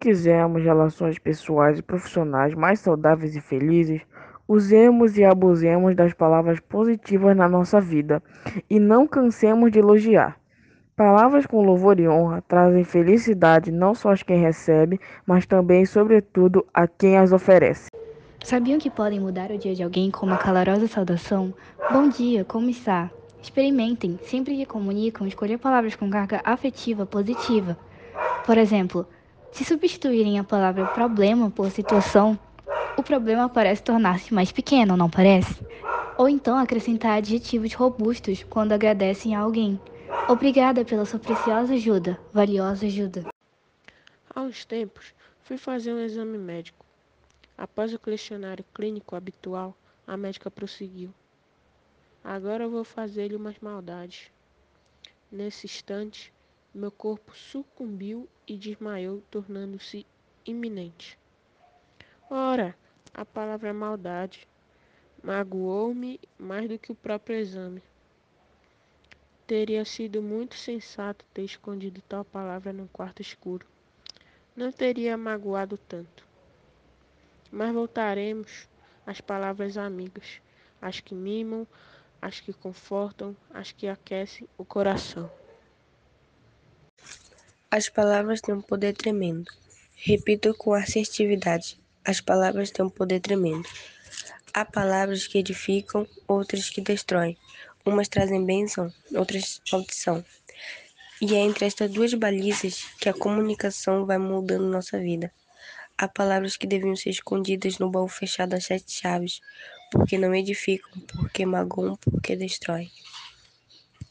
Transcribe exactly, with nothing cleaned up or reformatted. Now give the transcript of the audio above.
quisermos relações pessoais e profissionais mais saudáveis e felizes, usemos e abusemos das palavras positivas na nossa vida e não cansemos de elogiar. Palavras com louvor e honra trazem felicidade não só a quem recebe, mas também, sobretudo, a quem as oferece. Sabiam que podem mudar o dia de alguém com uma calorosa saudação? Bom dia, como está? Experimentem, sempre que comunicam, escolher palavras com carga afetiva positiva. Por exemplo, se substituírem a palavra problema por situação, o problema parece tornar-se mais pequeno, não parece? Ou então acrescentar adjetivos robustos quando agradecem a alguém. Obrigada pela sua preciosa ajuda, valiosa ajuda. Há uns tempos, fui fazer um exame médico. Após o questionário clínico habitual, a médica prosseguiu. Agora eu vou fazer-lhe umas maldades. Nesse instante, meu corpo sucumbiu e desmaiou, tornando-se iminente. Ora, a palavra maldade magoou-me mais do que o próprio exame. Teria sido muito sensato ter escondido tal palavra num quarto escuro. Não teria magoado tanto. Mas voltaremos às palavras amigas, as que mimam, as que confortam, as que aquecem o coração. As palavras têm um poder tremendo. Repito com assertividade. As palavras têm um poder tremendo. Há palavras que edificam, outras que destroem. Umas trazem bênção, outras maldição. E é entre estas duas balizas que a comunicação vai moldando nossa vida. Há palavras que deviam ser escondidas no baú fechado às sete chaves, porque não edificam, porque magoam, porque destroem.